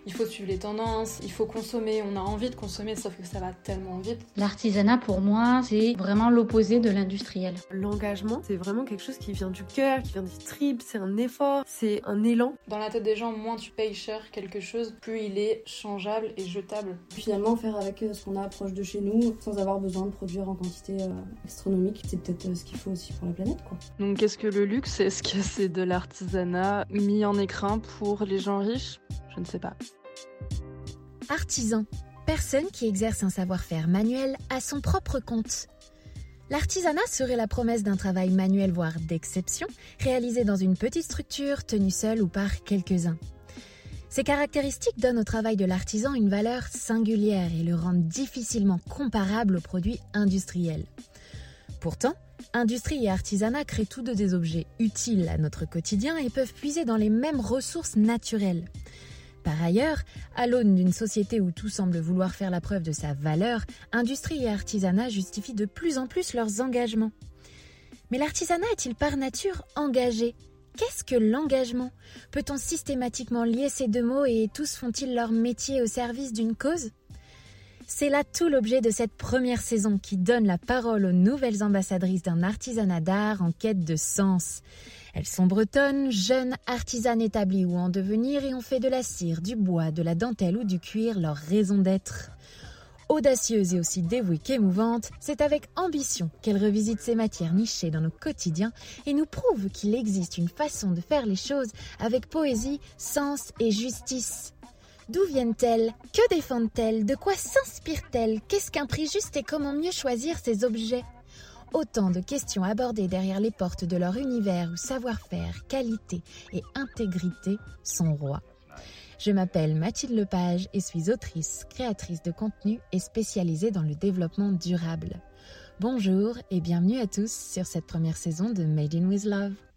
il faut suivre les tendances, il faut consommer, on a envie de consommer, sauf que ça va tellement vite. L'artisanat, pour moi, c'est vraiment l'opposé de l'industriel. L'engagement, c'est vraiment quelque chose qui vient du cœur, qui vient des tripes, c'est un effort, c'est un élan. Dans la tête des gens, moins tu payes cher quelque chose, plus il est changeable et jetable. Finalement, faire avec ce qu'on a proche de chez nous, sans avoir besoin de produire en quantité astronomique, c'est peut-être ce qu'il faut aussi pour la planète, quoi. Donc qu'est-ce que le luxe? Est-ce que c'est de l'artisanat mis en écrin pour les gens riches? Je ne sais pas. Artisan, personne qui exerce un savoir-faire manuel à son propre compte. L'artisanat serait la promesse d'un travail manuel, voire d'exception, réalisé dans une petite structure, tenue seule ou par quelques-uns. Ces caractéristiques donnent au travail de l'artisan une valeur singulière et le rendent difficilement comparable aux produits industriels. Pourtant, industrie et artisanat créent tous deux des objets utiles à notre quotidien et peuvent puiser dans les mêmes ressources naturelles. Par ailleurs, à l'aune d'une société où tout semble vouloir faire la preuve de sa valeur, industrie et artisanat justifient de plus en plus leurs engagements. Mais l'artisanat est-il par nature engagé ? Qu'est-ce que l'engagement ? Peut-on systématiquement lier ces deux mots et tous font-ils leur métier au service d'une cause ? C'est là tout l'objet de cette première saison qui donne la parole aux nouvelles ambassadrices d'un artisanat d'art en quête de sens. Elles sont bretonnes, jeunes, artisanes établies ou en devenir et ont fait de la cire, du bois, de la dentelle ou du cuir leur raison d'être. Audacieuse et aussi dévouée qu'émouvante, c'est avec ambition qu'elle revisite ces matières nichées dans nos quotidiens et nous prouve qu'il existe une façon de faire les choses avec poésie, sens et justice. D'où viennent-elles ? Que défendent-elles ? De quoi s'inspirent-elles ? Qu'est-ce qu'un prix juste et comment mieux choisir ces objets ? Autant de questions abordées derrière les portes de leur univers où savoir-faire, qualité et intégrité sont rois. Je m'appelle Mathilde Lepage et suis autrice, créatrice de contenu et spécialisée dans le développement durable. Bonjour et bienvenue à tous sur cette première saison de Made in with Love.